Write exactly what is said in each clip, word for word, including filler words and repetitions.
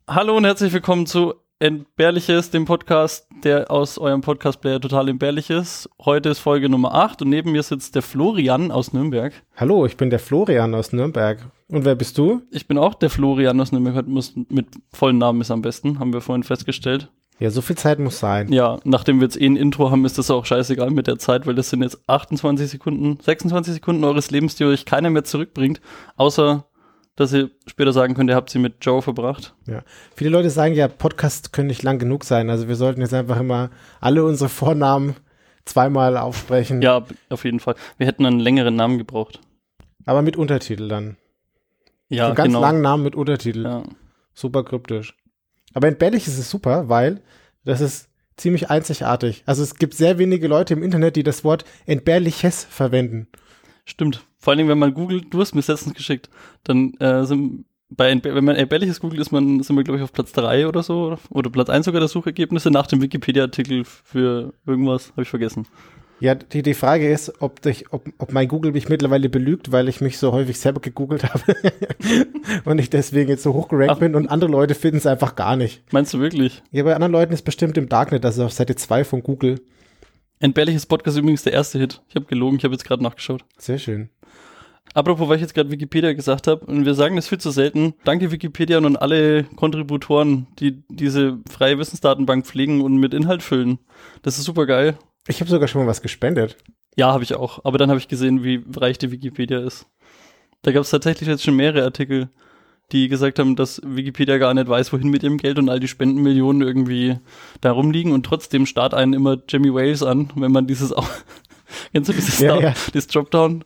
Hallo und herzlich willkommen zu Entbehrliches, dem Podcast, der aus eurem Podcast-Player total entbehrlich ist. Heute ist Folge Nummer acht und neben mir sitzt der Florian aus Nürnberg. Hallo, ich bin der Florian aus Nürnberg. Und wer bist du? Ich bin auch der Florian aus Nürnberg, muss mit vollen Namen ist am besten, haben wir vorhin festgestellt. Ja, so viel Zeit muss sein. Ja, nachdem wir jetzt eh ein Intro haben, ist das auch scheißegal mit der Zeit, weil das sind jetzt achtundzwanzig Sekunden, sechsundzwanzig Sekunden eures Lebens, die euch keiner mehr zurückbringt, außer dass ihr später sagen könnt, ihr habt sie mit Joe verbracht. Ja. Viele Leute sagen ja, Podcasts können nicht lang genug sein. Also wir sollten jetzt einfach immer alle unsere Vornamen zweimal aufsprechen. Ja, auf jeden Fall. Wir hätten einen längeren Namen gebraucht. Aber mit Untertitel dann. Ja, so ganz genau. langen Namen mit Untertitel. Ja. Super kryptisch. Aber entbehrlich ist es super, weil das ist ziemlich einzigartig. Also es gibt sehr wenige Leute im Internet, die das Wort Entbehrliches verwenden. Stimmt. Vor allen Dingen, wenn man googelt, du hast mir das letztens geschickt, dann äh, sind bei Entbe- wenn man Entbehrliches googelt, ist man, sind wir, glaube ich, auf Platz drei oder so, oder Platz eins sogar der Suchergebnisse nach dem Wikipedia-Artikel für irgendwas, habe ich vergessen. Ja, die, die Frage ist, ob, dich, ob, ob mein Google mich mittlerweile belügt, weil ich mich so häufig selber gegoogelt habe und ich deswegen jetzt so hochgerankt Ach. bin und andere Leute finden es einfach gar nicht. Meinst du wirklich? Ja, bei anderen Leuten ist bestimmt im Darknet, also auf Seite zwei von Google. Entbehrliches Podcast ist übrigens der erste Hit. Ich habe gelogen, ich habe jetzt gerade nachgeschaut. Sehr schön. Apropos, weil ich jetzt gerade Wikipedia gesagt habe, und wir sagen das viel zu selten, danke Wikipedia und alle Kontributoren, die diese freie Wissensdatenbank pflegen und mit Inhalt füllen. Das ist super geil. Ich habe sogar schon mal was gespendet. Ja, habe ich auch. Aber dann habe ich gesehen, wie reich die Wikipedia ist. Da gab es tatsächlich jetzt schon mehrere Artikel, die gesagt haben, dass Wikipedia gar nicht weiß, wohin mit ihrem Geld und all die Spendenmillionen irgendwie da rumliegen und trotzdem starrt einen immer Jimmy Wales an, wenn man dieses auch, kennst du dieses, Ja, Down, ja. dieses Dropdown?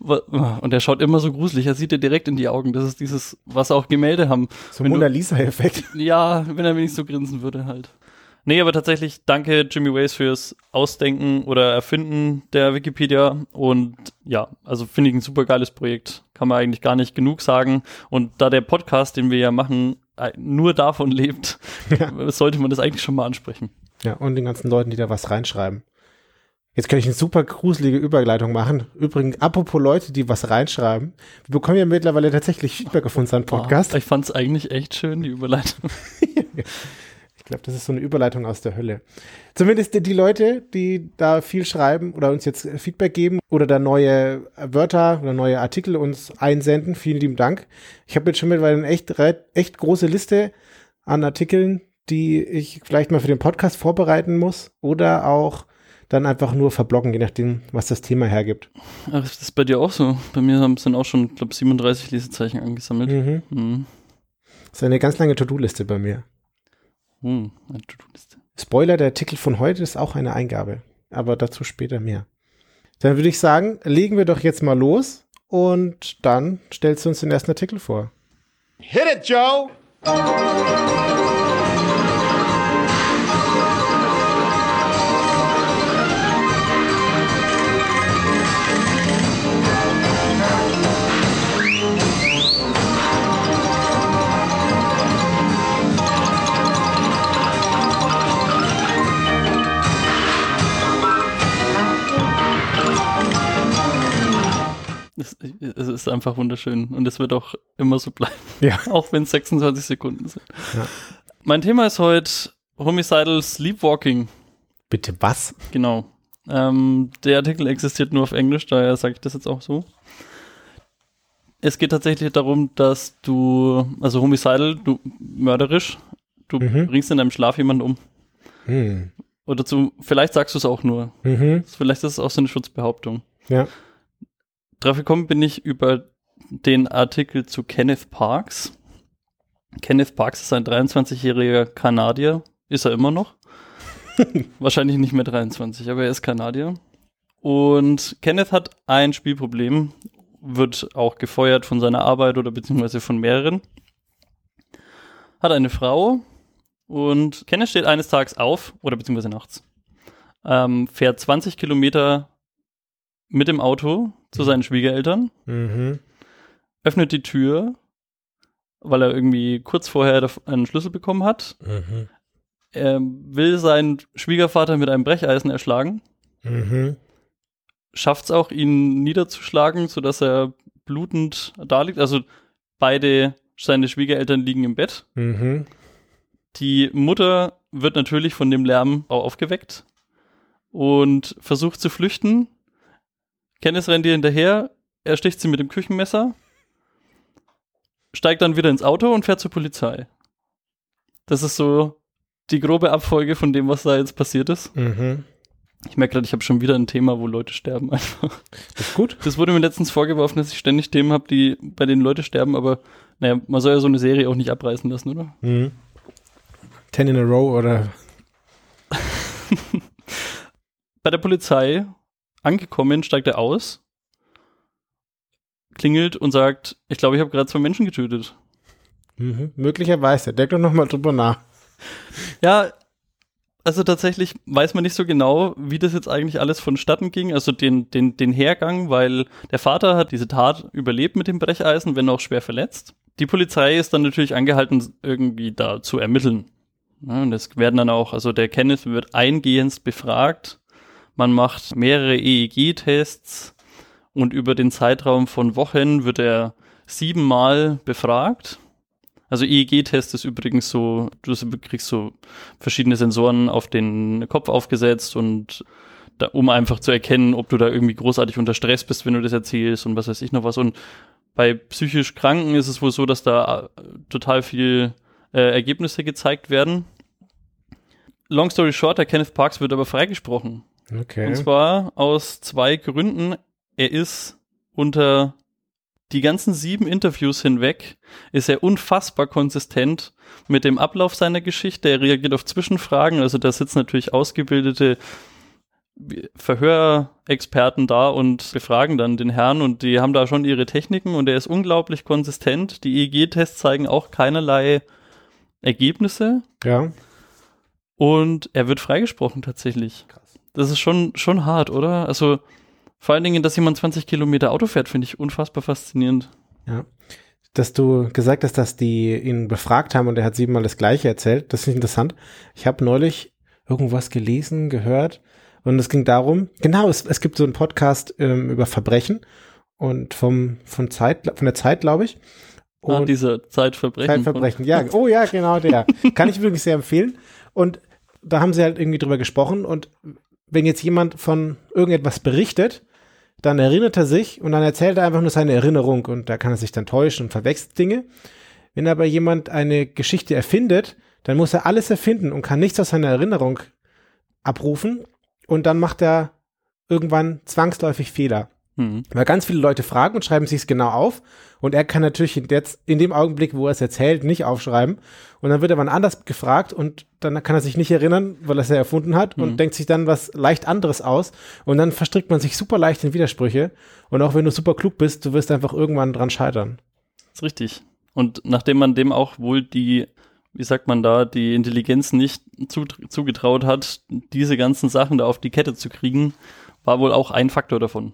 Und der schaut immer so gruselig, er sieht dir direkt in die Augen. Das ist dieses, was auch Gemälde haben. So Wenn ein Mona du- Lisa-Effekt. Ja, wenn er wenigstens so grinsen würde halt. Nee, aber tatsächlich danke Jimmy Wales fürs Ausdenken oder Erfinden der Wikipedia und ja, also finde ich ein super geiles Projekt. Kann man eigentlich gar nicht genug sagen. Und da der Podcast, den wir ja machen, äh, nur davon lebt, Ja. sollte man das eigentlich schon mal ansprechen. Ja, und den ganzen Leuten, die da was reinschreiben. Jetzt kann ich eine super gruselige Überleitung machen. Übrigens, apropos Leute, die was reinschreiben. Wir bekommen ja mittlerweile tatsächlich Feedback auf unseren Podcast. Oh, ich fand es eigentlich echt schön, die Überleitung. Ich glaube, das ist so eine Überleitung aus der Hölle. Zumindest die, die Leute, die da viel schreiben oder uns jetzt Feedback geben oder da neue Wörter oder neue Artikel uns einsenden. Vielen lieben Dank. Ich habe jetzt schon mittlerweile eine echt, echt große Liste an Artikeln, die ich vielleicht mal für den Podcast vorbereiten muss oder auch dann einfach nur verbloggen, je nachdem, was das Thema hergibt. Ach, ist das bei dir auch so? Bei mir haben sind auch schon, glaube ich, siebenunddreißig Lesezeichen angesammelt. Mhm. Mhm. Das ist eine ganz lange To-Do-Liste bei mir. Hm, eine To-Do-Liste. Spoiler, der Artikel von heute ist auch eine Eingabe, aber dazu später mehr. Dann würde ich sagen, legen wir doch jetzt mal los und dann stellst du uns den ersten Artikel vor. Hit it, Joe! Es, es ist einfach wunderschön und es wird auch immer so bleiben, Ja. auch wenn es sechsundzwanzig Sekunden sind. Ja. Mein Thema ist heute Homicidal Sleepwalking. Bitte was? Genau. Ähm, der Artikel existiert nur auf Englisch, daher sage ich das jetzt auch so. Es geht tatsächlich darum, dass du, also Homicidal, du mörderisch, du Mhm. bringst in deinem Schlaf jemanden um. Hm. Oder zu, vielleicht sagst du es auch nur. Mhm. Vielleicht ist es auch so eine Schutzbehauptung. Ja. Drauf gekommen bin ich über den Artikel zu Kenneth Parks. Kenneth Parks ist ein dreiundzwanzigjähriger Kanadier. Ist er immer noch? Wahrscheinlich nicht mehr dreiundzwanzig, aber er ist Kanadier. Und Kenneth hat ein Spielproblem, wird auch gefeuert von seiner Arbeit oder beziehungsweise von mehreren. Hat eine Frau und Kenneth steht eines Tages auf, oder beziehungsweise nachts, ähm, fährt zwanzig Kilometer mit dem Auto zu seinen Schwiegereltern, Mhm. öffnet die Tür, weil er irgendwie kurz vorher daf- einen Schlüssel bekommen hat. Mhm. Er will seinen Schwiegervater mit einem Brecheisen erschlagen, Mhm. schafft es auch, ihn niederzuschlagen, sodass er blutend da liegt. Also beide, seine Schwiegereltern liegen im Bett. Mhm. Die Mutter wird natürlich von dem Lärm auch aufgeweckt und versucht zu flüchten. Kenneth rennt ihr hinterher, er sticht sie mit dem Küchenmesser, steigt dann wieder ins Auto und fährt zur Polizei. Das ist so die grobe Abfolge von dem, was da jetzt passiert ist. Mhm. Ich merke gerade, ich habe schon wieder ein Thema, wo Leute sterben einfach. Das ist gut. Das wurde mir letztens vorgeworfen, dass ich ständig Themen habe, die bei denen Leute sterben, aber naja, man soll ja so eine Serie auch nicht abreißen lassen, oder? Mhm. Ten in a row oder? Bei der Polizei angekommen, steigt er aus, klingelt und sagt, ich glaube, ich habe gerade zwei Menschen getötet. Mhm. Möglicherweise. Denk doch nochmal drüber nach. Ja, also tatsächlich weiß man nicht so genau, wie das jetzt eigentlich alles vonstatten ging, also den, den, den Hergang, weil der Vater hat diese Tat überlebt mit dem Brecheisen, wenn auch schwer verletzt. Die Polizei ist dann natürlich angehalten, irgendwie da zu ermitteln. Ja, und das werden dann auch, also der Kenneth wird eingehend befragt, man macht mehrere E E G-Tests und über den Zeitraum von Wochen wird er siebenmal befragt. Also E E G-Test ist übrigens so, du kriegst so verschiedene Sensoren auf den Kopf aufgesetzt und da, um einfach zu erkennen, ob du da irgendwie großartig unter Stress bist, wenn du das erzählst und was weiß ich noch was. Und bei psychisch Kranken ist es wohl so, dass da total viel äh, Ergebnisse gezeigt werden. Long story short, der Kenneth Parks wird aber freigesprochen. Okay. Und zwar aus zwei Gründen. Er ist unter die ganzen sieben Interviews hinweg ist er unfassbar konsistent mit dem Ablauf seiner Geschichte. Er reagiert auf Zwischenfragen. Also da sitzen natürlich ausgebildete Verhörexperten da und befragen dann den Herrn und die haben da schon ihre Techniken und er ist unglaublich konsistent. Die E E G-Tests zeigen auch keinerlei Ergebnisse. Ja. Und er wird freigesprochen tatsächlich. Krass. Das ist schon, schon hart, oder? Also vor allen Dingen, dass jemand zwanzig Kilometer Auto fährt, finde ich unfassbar faszinierend. Ja. Dass du gesagt hast, dass die ihn befragt haben und er hat siebenmal das Gleiche erzählt, das ist interessant. Ich habe neulich irgendwas gelesen, gehört und es ging darum, genau, es, es gibt so einen Podcast ähm, über Verbrechen und vom, von Zeit, von der Zeit, glaube ich. Und ah, diese Zeitverbrechen. Zeitverbrechen, ja. Oh ja, genau der. Kann ich wirklich sehr empfehlen. Und da haben sie halt irgendwie drüber gesprochen und wenn jetzt jemand von irgendetwas berichtet, dann erinnert er sich und dann erzählt er einfach nur seine Erinnerung und da kann er sich dann täuschen und verwechselt Dinge. Wenn aber jemand eine Geschichte erfindet, dann muss er alles erfinden und kann nichts aus seiner Erinnerung abrufen und dann macht er irgendwann zwangsläufig Fehler. Mhm. Weil ganz viele Leute fragen und schreiben sich es genau auf und er kann natürlich in, der, in dem Augenblick, wo er es erzählt, nicht aufschreiben und dann wird er wann anders gefragt und dann kann er sich nicht erinnern, weil er es ja erfunden hat mhm. und denkt sich dann was leicht anderes aus und dann verstrickt man sich super leicht in Widersprüche und auch wenn du super klug bist, du wirst einfach irgendwann dran scheitern. Das ist richtig. Und nachdem man dem auch wohl die, wie sagt man da, die Intelligenz nicht zu, zugetraut hat, diese ganzen Sachen da auf die Kette zu kriegen, war wohl auch ein Faktor davon.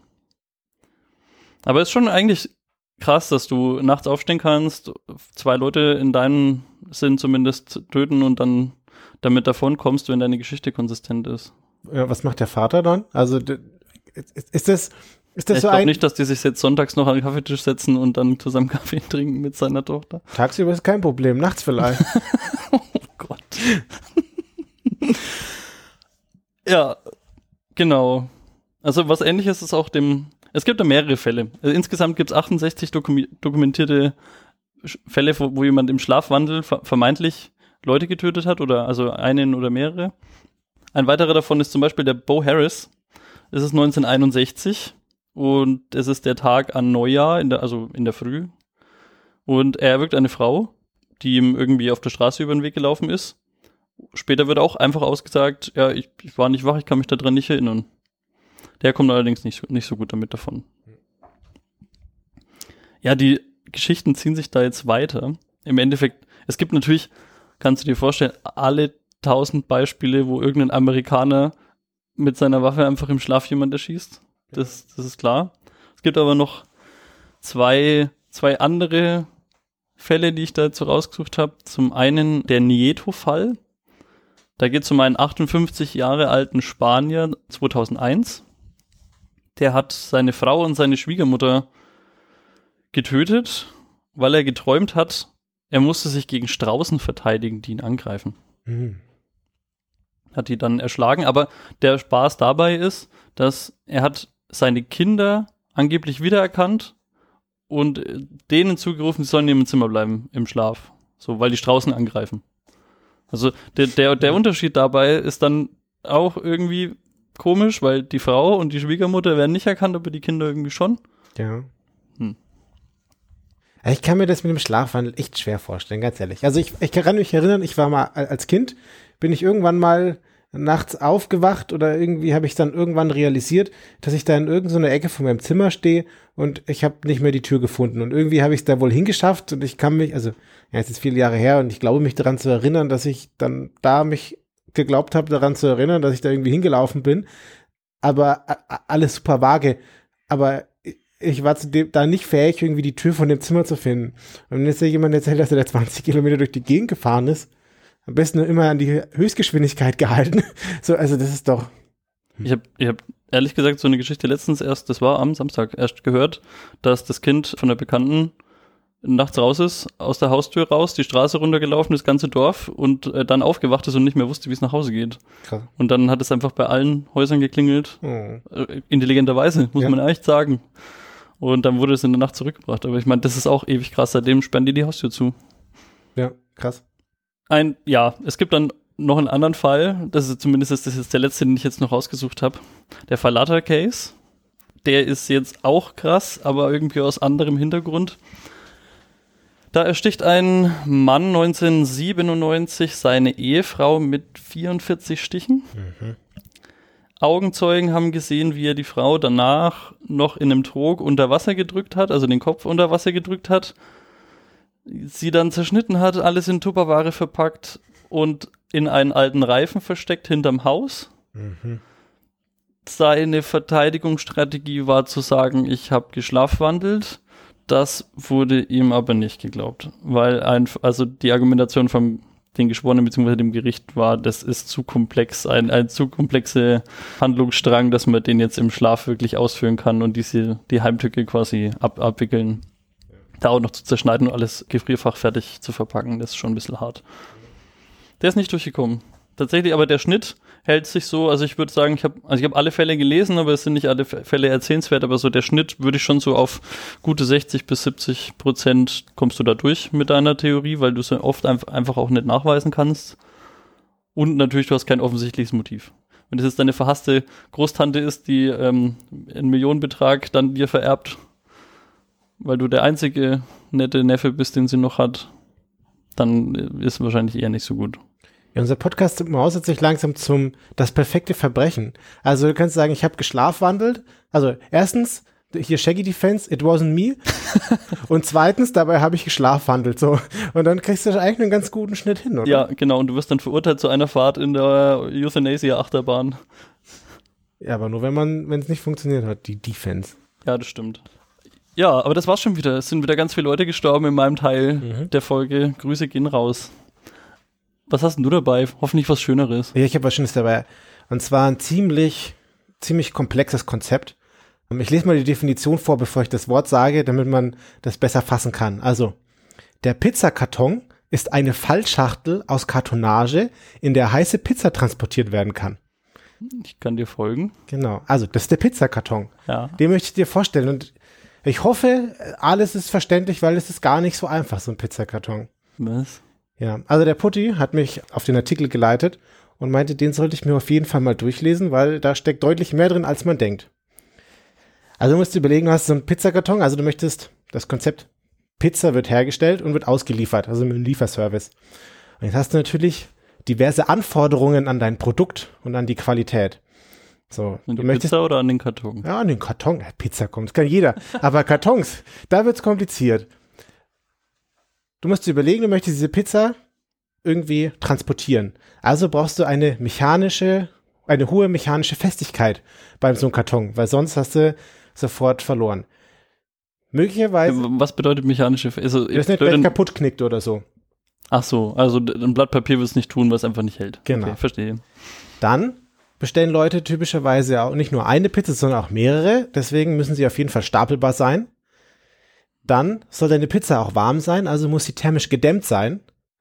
Aber es ist schon eigentlich krass, dass du nachts aufstehen kannst, zwei Leute in deinem Sinn zumindest töten und dann damit davon kommst, wenn deine Geschichte konsistent ist. Ja, was macht der Vater dann? Also ist das, ist das ich so ein... Ich glaube nicht, dass die sich jetzt sonntags noch an den Kaffeetisch setzen und dann zusammen Kaffee trinken mit seiner Tochter. Tagsüber ist kein Problem, nachts vielleicht. Oh Gott. Ja, genau. Also was Ähnliches ist auch dem... Es gibt da mehrere Fälle. Also insgesamt gibt es achtundsechzig dokum- dokumentierte Fälle, wo, wo jemand im Schlafwandel ver- vermeintlich Leute getötet hat, oder also einen oder mehrere. Ein weiterer davon ist zum Beispiel der Bo Harris. Es ist neunzehnhunderteinundsechzig und es ist der Tag an Neujahr, in der, also in der Früh. Und er erwürgt eine Frau, die ihm irgendwie auf der Straße über den Weg gelaufen ist. Später wird auch einfach ausgesagt, ja, ich, ich war nicht wach, ich kann mich daran nicht erinnern. Der kommt allerdings nicht, nicht so gut damit davon. Ja, die Geschichten ziehen sich da jetzt weiter. Im Endeffekt, es gibt natürlich, kannst du dir vorstellen, alle tausend Beispiele, wo irgendein Amerikaner mit seiner Waffe einfach im Schlaf jemand erschießt. Das, das ist klar. Es gibt aber noch zwei, zwei andere Fälle, die ich dazu rausgesucht habe. Zum einen der Nieto-Fall. Da geht es um einen achtundfünfzig Jahre alten Spanier zweitausendeins. Der hat seine Frau und seine Schwiegermutter getötet, weil er geträumt hat, er musste sich gegen Straußen verteidigen, die ihn angreifen. Mhm. Hat die dann erschlagen, aber der Spaß dabei ist, dass er hat seine Kinder angeblich wiedererkannt und denen zugerufen, sie sollen in ihrem Zimmer bleiben, im Schlaf. So, weil die Straußen angreifen. Also der, der, der Unterschied dabei ist dann auch irgendwie komisch, weil die Frau und die Schwiegermutter werden nicht erkannt, aber die Kinder irgendwie schon. Ja. Hm. Ich kann mir das mit dem Schlafwandel echt schwer vorstellen, ganz ehrlich. Also ich, ich kann mich erinnern, ich war mal als Kind, bin ich irgendwann mal nachts aufgewacht oder irgendwie habe ich dann irgendwann realisiert, dass ich da in irgendeiner Ecke von meinem Zimmer stehe und ich habe nicht mehr die Tür gefunden. Und irgendwie habe ich es da wohl hingeschafft und ich kann mich, also ja, es ist viele Jahre her und ich glaube mich daran zu erinnern, dass ich dann da mich geglaubt habe, daran zu erinnern, dass ich da irgendwie hingelaufen bin. Aber a- alles super vage. Aber ich war zu dem, da nicht fähig, irgendwie die Tür von dem Zimmer zu finden. Und wenn jetzt jemand erzählt, dass er da zwanzig Kilometer durch die Gegend gefahren ist, am besten nur immer an die Höchstgeschwindigkeit gehalten. So, also das ist doch... Ich habe ich hab ehrlich gesagt so eine Geschichte letztens erst, das war am Samstag, erst gehört, dass das Kind von der Bekannten nachts raus ist, aus der Haustür raus, die Straße runtergelaufen, das ganze Dorf und äh, dann aufgewacht ist und nicht mehr wusste, wie es nach Hause geht. Krass. Und dann hat es einfach bei allen Häusern geklingelt. Oh. Äh, intelligenterweise, muss Ja. man echt sagen. Und dann wurde es in der Nacht zurückgebracht. Aber ich meine, das ist auch ewig krass. Seitdem sperren die die Haustür zu. Ja, krass. Ein, ja, es gibt dann noch einen anderen Fall. Das ist zumindest ist das jetzt der letzte, den ich jetzt noch rausgesucht habe. Der Fallata-Case. Der ist jetzt auch krass, aber irgendwie aus anderem Hintergrund. Da ersticht ein Mann neunzehnhundertsiebenundneunzig seine Ehefrau mit vierundvierzig Stichen. Mhm. Augenzeugen haben gesehen, wie er die Frau danach noch in einem Trog unter Wasser gedrückt hat, also den Kopf unter Wasser gedrückt hat, sie dann zerschnitten hat, alles in Tupperware verpackt und in einen alten Reifen versteckt hinterm Haus. Mhm. Seine Verteidigungsstrategie war zu sagen, ich habe geschlafwandelt. Das wurde ihm aber nicht geglaubt, weil ein, also die Argumentation vom den Geschworenen bzw. dem Gericht war, das ist zu komplex, ein, ein zu komplexe Handlungsstrang, dass man den jetzt im Schlaf wirklich ausführen kann und diese die Heimtücke quasi ab, abwickeln. Da auch noch zu zerschneiden und alles gefrierfachfertig zu verpacken, das ist schon ein bisschen hart. Der ist nicht durchgekommen. Tatsächlich, aber der Schnitt hält sich so, also ich würde sagen, ich habe also ich habe alle Fälle gelesen, aber es sind nicht alle Fälle erzählenswert, aber so der Schnitt würde ich schon so auf gute sechzig bis siebzig Prozent kommst du da durch mit deiner Theorie, weil du es oft einfach auch nicht nachweisen kannst. Und natürlich, du hast kein offensichtliches Motiv. Wenn das jetzt deine verhasste Großtante ist, die ähm, einen Millionenbetrag dann dir vererbt, weil du der einzige nette Neffe bist, den sie noch hat, dann ist es wahrscheinlich eher nicht so gut. Ja, unser Podcast mausert sich langsam zum das perfekte Verbrechen. Also du kannst sagen, ich habe geschlafwandelt. Also erstens, hier Shaggy Defense, it wasn't me. Und zweitens, dabei habe ich geschlafwandelt. So. Und dann kriegst du eigentlich einen ganz guten Schnitt hin, oder? Ja, genau. Und du wirst dann verurteilt zu einer Fahrt in der Euthanasia-Achterbahn. Ja, aber nur wenn man, wenn es nicht funktioniert hat, die Defense. Ja, das stimmt. Ja, aber das war's schon wieder. Es sind wieder ganz viele Leute gestorben in meinem Teil Mhm. der Folge. Grüße gehen raus. Was hast denn du dabei? Hoffentlich was Schöneres. Ja, ich habe was Schönes dabei. Und zwar ein ziemlich, ziemlich komplexes Konzept. Ich lese mal die Definition vor, bevor ich das Wort sage, damit man das besser fassen kann. Also, der Pizzakarton ist eine Fallschachtel aus Kartonage, in der heiße Pizza transportiert werden kann. Ich kann dir folgen. Genau. Also, das ist der Pizzakarton. Ja. Den möchte ich dir vorstellen. Und ich hoffe, alles ist verständlich, weil es ist gar nicht so einfach, so ein Pizzakarton. Was? Ja, also der Putti hat mich auf den Artikel geleitet und meinte, den sollte ich mir auf jeden Fall mal durchlesen, weil da steckt deutlich mehr drin, als man denkt. Also du musst dir überlegen, du hast so einen Pizzakarton, also du möchtest das Konzept Pizza wird hergestellt und wird ausgeliefert, also mit einem Lieferservice. Und jetzt hast du natürlich diverse Anforderungen an dein Produkt und an die Qualität. So, An du die möchtest, Pizza oder an den Karton? ja, an den Karton, ja, Pizza kommt, das kann jeder, aber Kartons, da wird's kompliziert. Du musst dir überlegen, du möchtest diese Pizza irgendwie transportieren. Also brauchst du eine mechanische, eine hohe mechanische Festigkeit beim so einem Karton, weil sonst hast du sofort verloren. Möglicherweise, Was bedeutet mechanische... Also, das nicht gleich kaputt knickt oder so. ach so, also ein Blatt Papier wird es nicht tun, weil es einfach nicht hält. Genau. Okay, verstehe. Dann bestellen Leute typischerweise auch nicht nur eine Pizza, sondern auch mehrere. Deswegen müssen sie auf jeden Fall stapelbar sein. Dann soll deine Pizza auch warm sein, also muss sie thermisch gedämmt sein.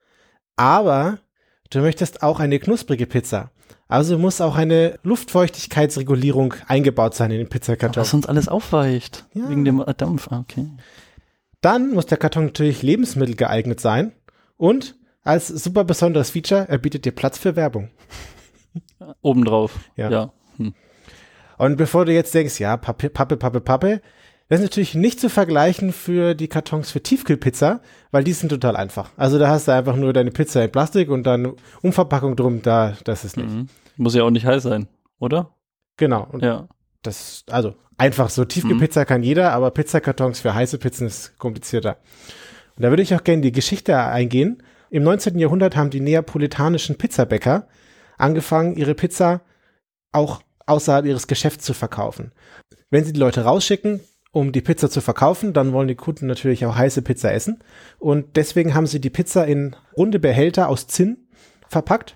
Aber du möchtest auch eine knusprige Pizza. Also muss auch eine Luftfeuchtigkeitsregulierung eingebaut sein in den Pizzakarton. Was sonst alles aufweicht. Ja. Wegen dem Dampf. Ah, okay. Dann muss der Karton natürlich lebensmittelgeeignet sein. Und als super besonderes Feature, er bietet dir Platz für Werbung. Obendrauf. Ja. ja. Hm. Und bevor du jetzt denkst, ja, Pappe, Pappe, Pappe, Pappe, das ist natürlich nicht zu vergleichen für die Kartons für Tiefkühlpizza, weil die sind total einfach. Also da hast du einfach nur deine Pizza in Plastik und dann Umverpackung drum, da, das ist nicht. Mhm. Muss ja auch nicht heiß sein, oder? Genau. Und Ja. das, also einfach so Tiefkühlpizza mhm. kann jeder, aber Pizzakartons für heiße Pizzen ist komplizierter. Und da würde ich auch gerne die Geschichte eingehen. Im neunzehnten Jahrhundert haben die neapolitanischen Pizzabäcker angefangen, ihre Pizza auch außerhalb ihres Geschäfts zu verkaufen. Wenn sie die Leute rausschicken, um die Pizza zu verkaufen, dann wollen die Kunden natürlich auch heiße Pizza essen. Und deswegen haben sie die Pizza in runde Behälter aus Zinn verpackt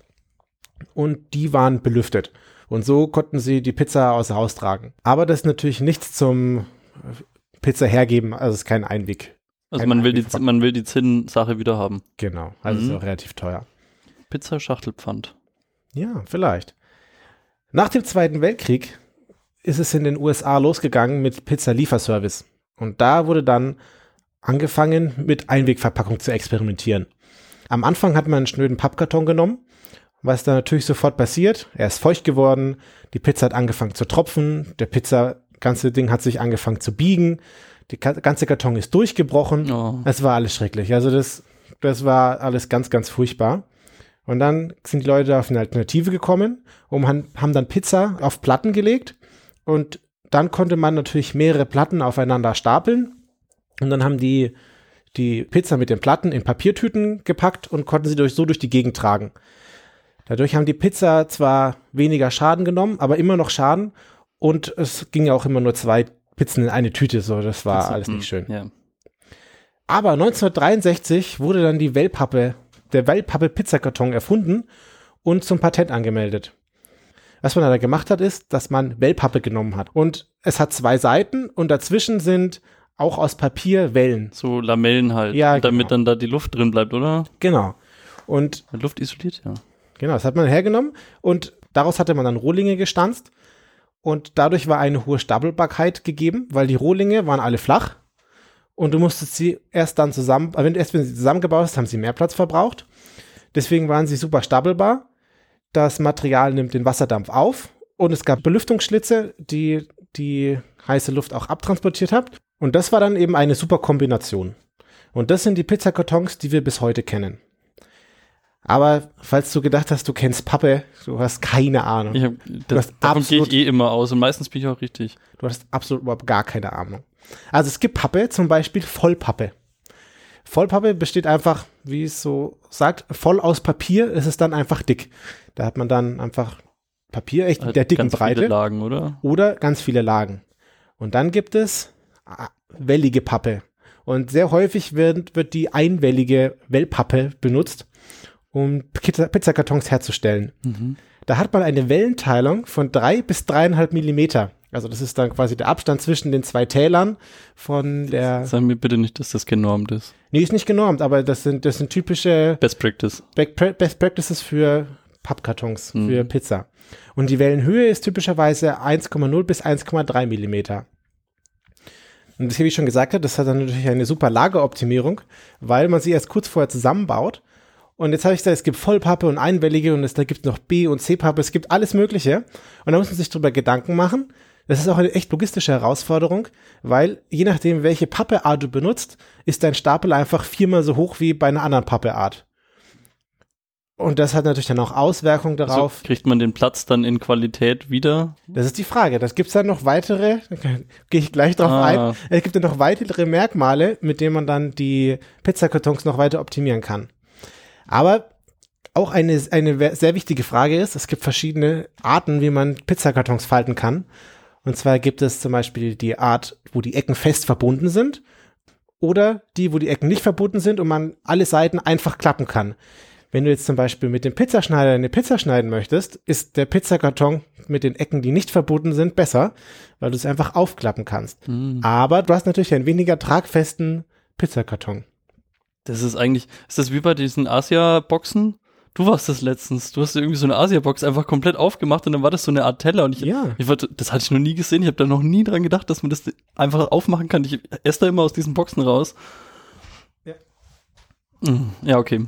und die waren belüftet. Und so konnten sie die Pizza außer Haus tragen. Aber das ist natürlich nichts zum Pizza hergeben, also es ist kein Einweg. Also Kein man will, die, Einweg- man will die Zinn-Sache wieder haben. Genau, also Mhm. ist auch relativ teuer. Pizza-Schachtelpfand. Ja, vielleicht. Nach dem Zweiten Weltkrieg ist es in den U S A losgegangen mit Pizza-Lieferservice. Und da wurde dann angefangen, mit Einwegverpackung zu experimentieren. Am Anfang hat man einen schnöden Pappkarton genommen, was dann natürlich sofort passiert. Er ist feucht geworden, die Pizza hat angefangen zu tropfen, der Pizza, ganze Ding hat sich angefangen zu biegen, die ka- ganze Karton ist durchgebrochen. Oh. Es war alles schrecklich. Also das, das war alles ganz, ganz furchtbar. Und dann sind die Leute auf eine Alternative gekommen und han- haben dann Pizza auf Platten gelegt. Und dann konnte man natürlich mehrere Platten aufeinander stapeln. Und dann haben die die Pizza mit den Platten in Papiertüten gepackt und konnten sie durch, so durch die Gegend tragen. Dadurch haben die Pizza zwar weniger Schaden genommen, aber immer noch Schaden. Und es ging ja auch immer nur zwei Pizzen in eine Tüte. So, das war Also, alles nicht schön. Ja. Aber neunzehnhundertdreiundsechzig wurde dann die Wellpappe, der Wellpappe-Pizzakarton erfunden und zum Patent angemeldet. Was man da gemacht hat, ist, dass man Wellpappe genommen hat. Und es hat zwei Seiten und dazwischen sind auch aus Papier Wellen. So Lamellen halt. Ja, damit genau. dann da die Luft drin bleibt, oder? Genau. Und Luft isoliert, ja. genau, das hat man hergenommen und daraus hatte man dann Rohlinge gestanzt. Und dadurch war eine hohe Stapelbarkeit gegeben, weil die Rohlinge waren alle flach. Und du musstest sie erst dann zusammen, wenn erst wenn sie zusammengebaut hast, haben sie mehr Platz verbraucht. Deswegen waren sie super stapelbar. Das Material nimmt den Wasserdampf auf und es gab Belüftungsschlitze, die die heiße Luft auch abtransportiert hat. Und das war dann eben eine super Kombination. Und das sind die Pizzakartons, die wir bis heute kennen. Aber falls du gedacht hast, du kennst Pappe, du hast keine Ahnung. Ich hab, das, hast davon gehe ich absolut- eh immer aus und meistens bin ich auch richtig. Du hast absolut überhaupt gar keine Ahnung. Also es gibt Pappe, zum Beispiel Vollpappe. Vollpappe besteht einfach, wie es so sagt, voll aus Papier, ist es dann einfach dick. Da hat man dann einfach Papier, echt mit der dicken Ganz Breite viele Lagen, oder? oder ganz viele Lagen. Und dann gibt es ah, wellige Pappe. Und sehr häufig wird, wird die einwellige Wellpappe benutzt, um Pizza- Pizzakartons herzustellen. Mhm. Da hat man eine Wellenteilung von drei bis dreieinhalb Millimeter. Also das ist dann quasi der Abstand zwischen den zwei Tälern von der. Sag mir bitte nicht, dass das genormt ist. Nee, ist nicht genormt, aber das sind, das sind typische Best Practice. Back- Best Practices für Pappkartons, Mhm. für Pizza. Und die Wellenhöhe ist typischerweise eins Komma null bis eins Komma drei Millimeter. Und das, wie ich schon gesagt habe, das hat dann natürlich eine super Lageroptimierung, weil man sie erst kurz vorher zusammenbaut. Und jetzt habe ich gesagt, es gibt Vollpappe und einwellige und es, da gibt es noch B- und C-Pappe, es gibt alles Mögliche. Und da muss man sich drüber Gedanken machen. Das ist auch eine echt logistische Herausforderung, weil je nachdem, welche Pappeart du benutzt, ist dein Stapel einfach viermal so hoch wie bei einer anderen Pappeart. Und das hat natürlich dann auch Auswirkungen darauf. Also kriegt man den Platz dann in Qualität wieder? Das ist die Frage. Das gibt es dann noch weitere, da gehe ich gleich drauf Ah. ein. Es gibt dann noch weitere Merkmale, mit denen man dann die Pizzakartons noch weiter optimieren kann. Aber auch eine, eine sehr wichtige Frage ist, es gibt verschiedene Arten, wie man Pizzakartons falten kann. Und zwar gibt es zum Beispiel die Art, wo die Ecken fest verbunden sind oder die, wo die Ecken nicht verbunden sind und man alle Seiten einfach klappen kann. Wenn du jetzt zum Beispiel mit dem Pizzaschneider eine Pizza schneiden möchtest, ist der Pizzakarton mit den Ecken, die nicht verbunden sind, besser, weil du es einfach aufklappen kannst. Mhm. Aber du hast natürlich einen weniger tragfesten Pizzakarton. Das ist eigentlich, ist das wie bei diesen Asia-Boxen? Du warst das letztens. Du hast irgendwie so eine Asia-Box einfach komplett aufgemacht und dann war das so eine Art Teller und ich, Ja. ich wollte, das hatte ich noch nie gesehen. Ich habe da noch nie dran gedacht, dass man das einfach aufmachen kann. Ich esse da immer aus diesen Boxen raus. Ja. Mhm. Ja, okay.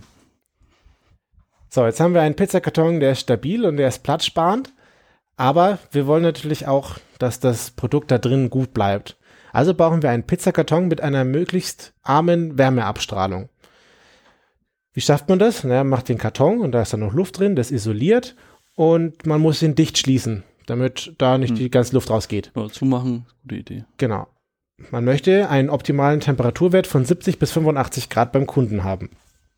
So, jetzt haben wir einen Pizzakarton, der ist stabil und der ist platzsparend, aber wir wollen natürlich auch, dass das Produkt da drin gut bleibt. Also brauchen wir einen Pizzakarton mit einer möglichst armen Wärmeabstrahlung. Wie schafft man das? Na, man macht den Karton und da ist dann noch Luft drin, das isoliert und man muss ihn dicht schließen, damit da nicht hm. die ganze Luft rausgeht. Ja, zumachen, gute Idee. Genau. Man möchte einen optimalen Temperaturwert von siebzig bis fünfundachtzig Grad beim Kunden haben.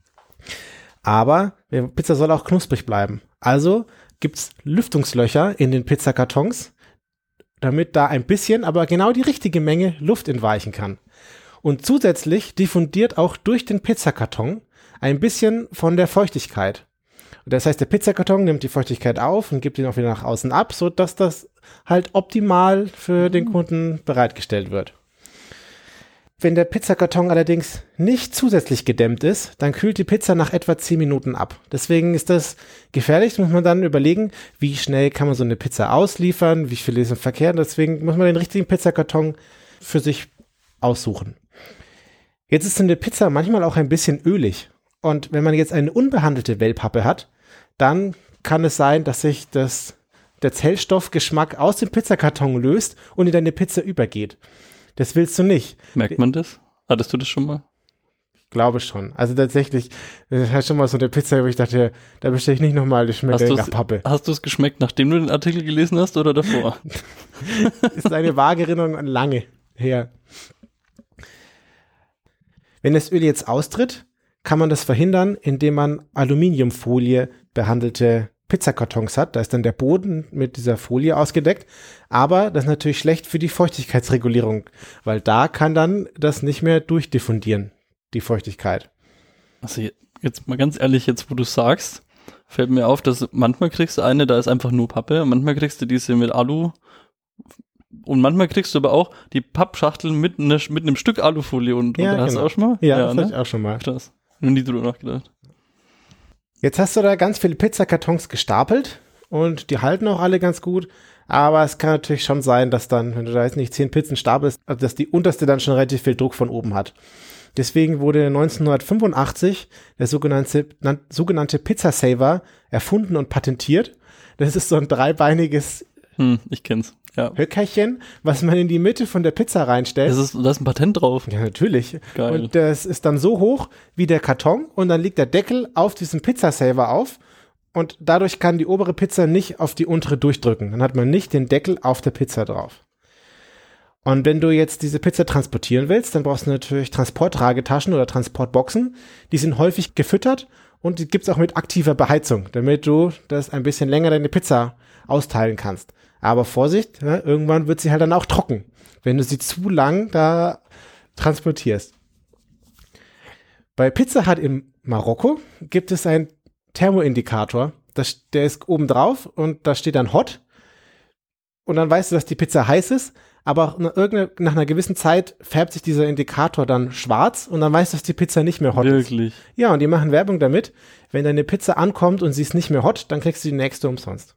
Aber die Pizza soll auch knusprig bleiben. Also gibt es Lüftungslöcher in den Pizzakartons, damit da ein bisschen, aber genau die richtige Menge Luft entweichen kann. Und zusätzlich diffundiert auch durch den Pizzakarton ein bisschen von der Feuchtigkeit. Das heißt, der Pizzakarton nimmt die Feuchtigkeit auf und gibt ihn auch wieder nach außen ab, sodass das halt optimal für den Kunden bereitgestellt wird. Wenn der Pizzakarton allerdings nicht zusätzlich gedämmt ist, dann kühlt die Pizza nach etwa zehn Minuten ab. Deswegen ist das gefährlich, muss man dann überlegen, wie schnell kann man so eine Pizza ausliefern, wie viel ist im Verkehr. Deswegen muss man den richtigen Pizzakarton für sich aussuchen. Jetzt ist so eine Pizza manchmal auch ein bisschen ölig. Und wenn man jetzt eine unbehandelte Wellpappe hat, dann kann es sein, dass sich das, der Zellstoffgeschmack aus dem Pizzakarton löst und in deine Pizza übergeht. Das willst du nicht. Merkt man das? Hattest du das schon mal? Ich glaube schon. Also tatsächlich, das hat schon mal so eine Pizza, wo ich dachte, da bestelle ich nicht nochmal, das schmeckt nach Pappe. Hast du es geschmeckt, nachdem du den Artikel gelesen hast oder davor? Ist eine vage Erinnerung an lange her. Wenn das Öl jetzt austritt, kann man das verhindern, indem man Aluminiumfolie behandelte Pizzakartons hat. Da ist dann der Boden mit dieser Folie ausgedeckt. Aber das ist natürlich schlecht für die Feuchtigkeitsregulierung, weil da kann dann das nicht mehr durchdiffundieren, die Feuchtigkeit. Also jetzt mal ganz ehrlich, jetzt wo du sagst, fällt mir auf, dass manchmal kriegst du eine, da ist einfach nur Pappe, und manchmal kriegst du diese mit Alu und manchmal kriegst du aber auch die Pappschachtel mit, ne, mit einem Stück Alufolie und, ja, und genau. Hast du auch schon mal? Ja, ja das ne? hatte ich auch schon mal. Krass. Noch nie drüber nachgedacht. Jetzt hast du da ganz viele Pizzakartons gestapelt und die halten auch alle ganz gut, aber es kann natürlich schon sein, dass dann, wenn du da jetzt nicht zehn Pizzen stapelst, dass die unterste dann schon relativ viel Druck von oben hat. Deswegen wurde neunzehnhundertfünfundachtzig der sogenannte, sogenannte Pizza-Saver erfunden und patentiert. Das ist so ein dreibeiniges hm, ich kenn's. Ja. Höckerchen, was man in die Mitte von der Pizza reinstellt. Das ist, da ist ein Patent drauf. Ja, natürlich. Geil. Und das ist dann so hoch wie der Karton und dann liegt der Deckel auf diesem Pizzasaver auf und dadurch kann die obere Pizza nicht auf die untere durchdrücken. Dann hat man nicht den Deckel auf der Pizza drauf. Und wenn du jetzt diese Pizza transportieren willst, dann brauchst du natürlich Transportragetaschen oder Transportboxen. Die sind häufig gefüttert und die gibt's auch mit aktiver Beheizung, damit du das ein bisschen länger deine Pizza austeilen kannst. Aber Vorsicht, ne, irgendwann wird sie halt dann auch trocken, wenn du sie zu lang da transportierst. Bei Pizza Hut in Marokko gibt es einen Thermoindikator, das, der ist oben drauf und da steht dann Hot und dann weißt du, dass die Pizza heiß ist, aber nach, nach einer gewissen Zeit färbt sich dieser Indikator dann schwarz und dann weißt du, dass die Pizza nicht mehr hot Wirklich? ist. Wirklich? Ja, und die machen Werbung damit, wenn deine Pizza ankommt und sie ist nicht mehr hot, dann kriegst du die nächste umsonst.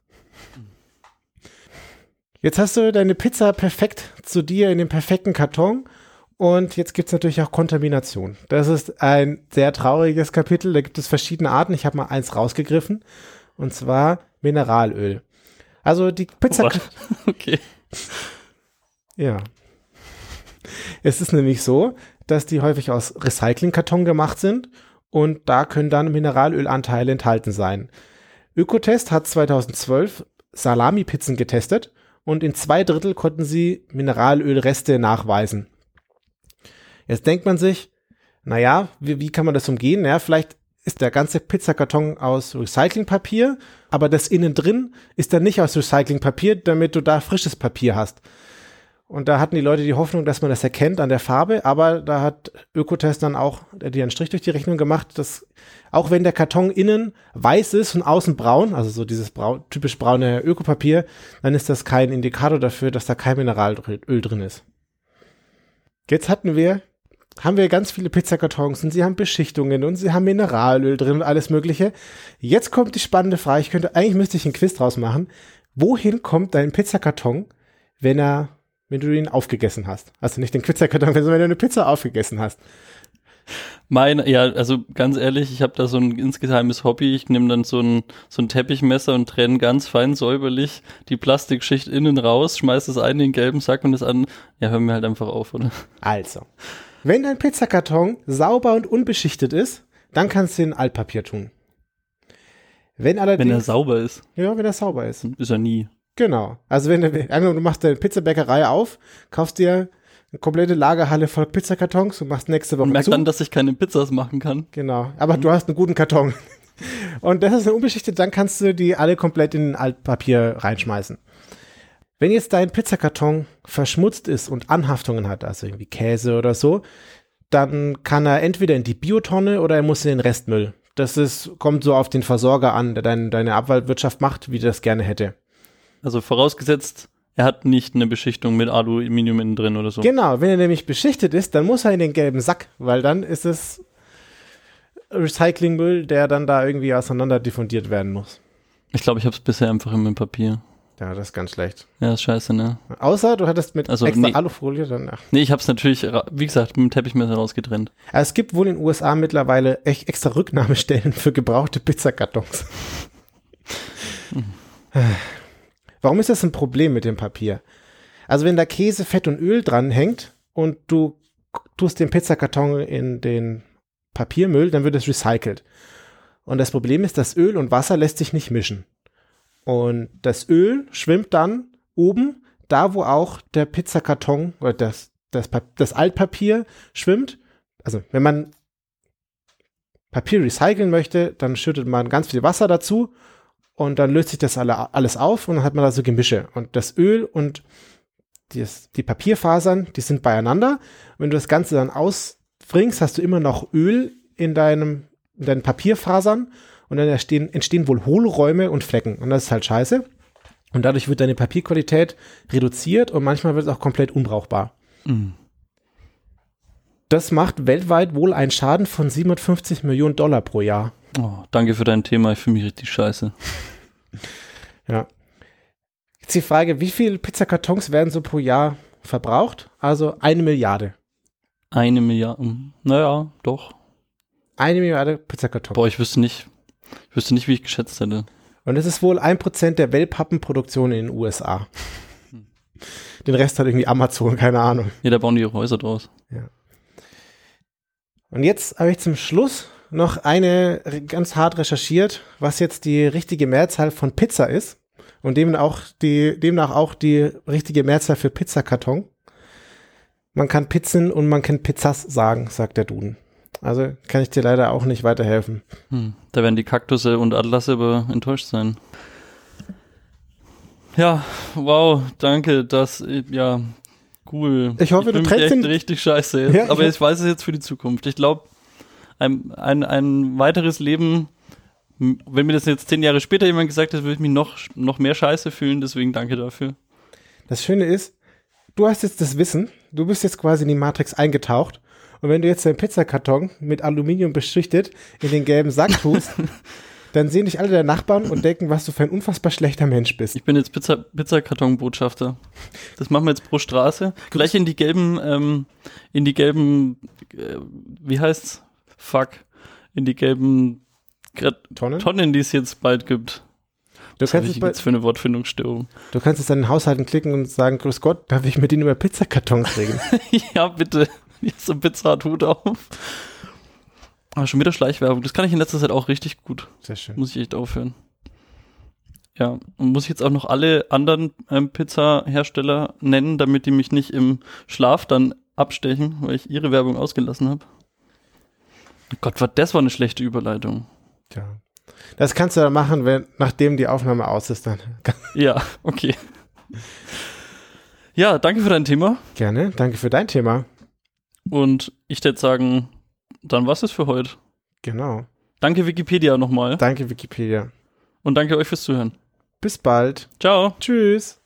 Jetzt hast du deine Pizza perfekt zu dir in dem perfekten Karton und jetzt gibt es natürlich auch Kontamination. Das ist ein sehr trauriges Kapitel, da gibt es verschiedene Arten. Ich habe mal eins rausgegriffen und zwar Mineralöl. Also die Pizza... What? Okay. Ja. Es ist nämlich so, dass die häufig aus Recyclingkarton gemacht sind und da können dann Mineralölanteile enthalten sein. Ökotest hat zweitausendzwölf Salami-Pizzen getestet und in zwei Drittel konnten sie Mineralölreste nachweisen. Jetzt denkt man sich, naja, wie, wie kann man das umgehen? Ja, vielleicht ist der ganze Pizzakarton aus Recyclingpapier, aber das innen drin ist dann nicht aus Recyclingpapier, damit du da frisches Papier hast. Und da hatten die Leute die Hoffnung, dass man das erkennt an der Farbe, aber da hat Ökotest dann auch dir einen Strich durch die Rechnung gemacht, dass auch wenn der Karton innen weiß ist und außen braun, also so dieses braun, typisch braune Ökopapier, dann ist das kein Indikator dafür, dass da kein Mineralöl drin ist. Jetzt hatten wir, haben wir ganz viele Pizzakartons und sie haben Beschichtungen und sie haben Mineralöl drin und alles Mögliche. Jetzt kommt die spannende Frage, ich könnte, eigentlich müsste ich einen Quiz draus machen. Wohin kommt dein Pizzakarton, wenn er wenn du ihn aufgegessen hast? Also nicht den Pizzakarton, sondern wenn du eine Pizza aufgegessen hast. Mein, ja, also ganz ehrlich, ich habe da so ein insgeheimes Hobby. Ich nehme dann so ein, so ein Teppichmesser und trenne ganz fein säuberlich die Plastikschicht innen raus, schmeiß das ein in den gelben Sack und das an. Ja, hör mir halt einfach auf, oder? Also, wenn dein Pizzakarton sauber und unbeschichtet ist, dann kannst du ihn in Altpapier tun. Wenn allerdings... Wenn er sauber ist. Ja, wenn er sauber ist. Ist er nie. Genau. Also wenn du, du machst deine Pizzabäckerei auf, kaufst dir eine komplette Lagerhalle voll Pizzakartons und machst nächste Woche und merkt zu. dann, dass ich keine Pizzas machen kann. Genau. Aber mhm. du hast einen guten Karton. Und das ist eine unbeschichtet, dann kannst du die alle komplett in Altpapier reinschmeißen. Wenn jetzt dein Pizzakarton verschmutzt ist und Anhaftungen hat, also irgendwie Käse oder so, dann kann er entweder in die Biotonne oder er muss in den Restmüll. Das ist, kommt so auf den Versorger an, der dein, deine Abfallwirtschaft macht, wie der das gerne hätte. Also vorausgesetzt, er hat nicht eine Beschichtung mit Aluminium innen drin oder so. Genau, wenn er nämlich beschichtet ist, dann muss er in den gelben Sack, weil dann ist es Recyclingmüll, der dann da irgendwie auseinander diffundiert werden muss. Ich glaube, ich habe es bisher einfach in meinem Papier. Ja, das ist ganz schlecht. Ja, ist scheiße, ne? Außer du hattest mit also, extra nee, Alufolie dann. Ach. Nee, ich habe es natürlich, wie gesagt, mit dem Teppichmesser rausgetrennt. Also es gibt wohl in den U S A mittlerweile echt extra Rücknahmestellen für gebrauchte Pizzakartons. hm. Warum ist das ein Problem mit dem Papier? Also wenn da Käse, Fett und Öl dran hängt und du tust den Pizzakarton in den Papiermüll, dann wird es recycelt. Und das Problem ist, dass Öl und Wasser lässt sich nicht mischen. Und das Öl schwimmt dann oben, da wo auch der Pizzakarton oder das, das, das Altpapier schwimmt. Also wenn man Papier recyceln möchte, dann schüttet man ganz viel Wasser dazu. Und dann löst sich das alle, alles auf und dann hat man da so Gemische. Und das Öl und dies, die Papierfasern, die sind beieinander. Wenn du das Ganze dann ausbringst, hast du immer noch Öl in, deinem, in deinen Papierfasern und dann entstehen, entstehen wohl Hohlräume und Flecken. Und das ist halt scheiße. Und dadurch wird deine Papierqualität reduziert und manchmal wird es auch komplett unbrauchbar. Mhm. Das macht weltweit wohl einen Schaden von siebenhundertfünfzig Millionen Dollar pro Jahr. Oh, danke für dein Thema, ich fühle mich richtig scheiße. Ja. Jetzt die Frage, wie viele Pizzakartons werden so pro Jahr verbraucht? Also eine Milliarde. Eine Milliarde, naja, doch. Eine Milliarde Pizzakartons. Boah, ich wüsste nicht, ich wüsste nicht, wie ich geschätzt hätte. Und es ist wohl ein Prozent der Wellpappenproduktion in den U S A. Hm. Den Rest hat irgendwie Amazon, keine Ahnung. Ja, da bauen die ihre Häuser draus. Ja. Und jetzt habe ich zum Schluss noch eine ganz hart recherchiert, was jetzt die richtige Mehrzahl von Pizza ist und demnach auch die, demnach auch die richtige Mehrzahl für Pizzakarton. Man kann Pizzen und man kann Pizzas sagen, sagt der Duden. Also kann ich dir leider auch nicht weiterhelfen. Hm, da werden die Kaktusse und Atlasse aber enttäuscht sein. Ja, wow, danke, das, ja, cool. Ich hoffe, ich du trennst echt richtig scheiße jetzt. Ja, aber ich, ich weiß es jetzt für die Zukunft. Ich glaube, ein, ein, ein weiteres Leben, wenn mir das jetzt zehn Jahre später jemand gesagt hat, würde ich mich noch, noch mehr scheiße fühlen, deswegen danke dafür. Das Schöne ist, du hast jetzt das Wissen, du bist jetzt quasi in die Matrix eingetaucht und wenn du jetzt deinen Pizzakarton mit Aluminium beschichtet in den gelben Sack tust, dann sehen dich alle deine Nachbarn und denken, was du für ein unfassbar schlechter Mensch bist. Ich bin jetzt Pizza, Pizzakarton-Botschafter. Das machen wir jetzt pro Straße. Gleich in die gelben, ähm, in die gelben, äh, wie heißt's? Fuck. In die gelben Tonnen? Tonnen, die es jetzt bald gibt. Du Was habe ich jetzt für eine Wortfindungsstörung? Du kannst jetzt an den Haushalten klicken und sagen, grüß Gott, darf ich mit Ihnen über Pizzakartons reden? Ja, bitte. Jetzt so ein Pizza-Hut auf. Ah, schon wieder Schleichwerbung. Das kann ich in letzter Zeit auch richtig gut. Sehr schön. Muss ich echt aufhören. Ja, und muss ich jetzt auch noch alle anderen ähm, Pizza-Hersteller nennen, damit die mich nicht im Schlaf dann abstechen, weil ich ihre Werbung ausgelassen habe. Oh Gott, was, das war eine schlechte Überleitung. Tja. Das kannst du dann machen, wenn, nachdem die Aufnahme aus ist dann. Ja, okay. Ja, danke für dein Thema. Gerne, danke für dein Thema. Und ich würde sagen, dann war's es für heute. Genau. Danke Wikipedia nochmal. Danke Wikipedia. Und danke euch fürs Zuhören. Bis bald. Ciao. Tschüss.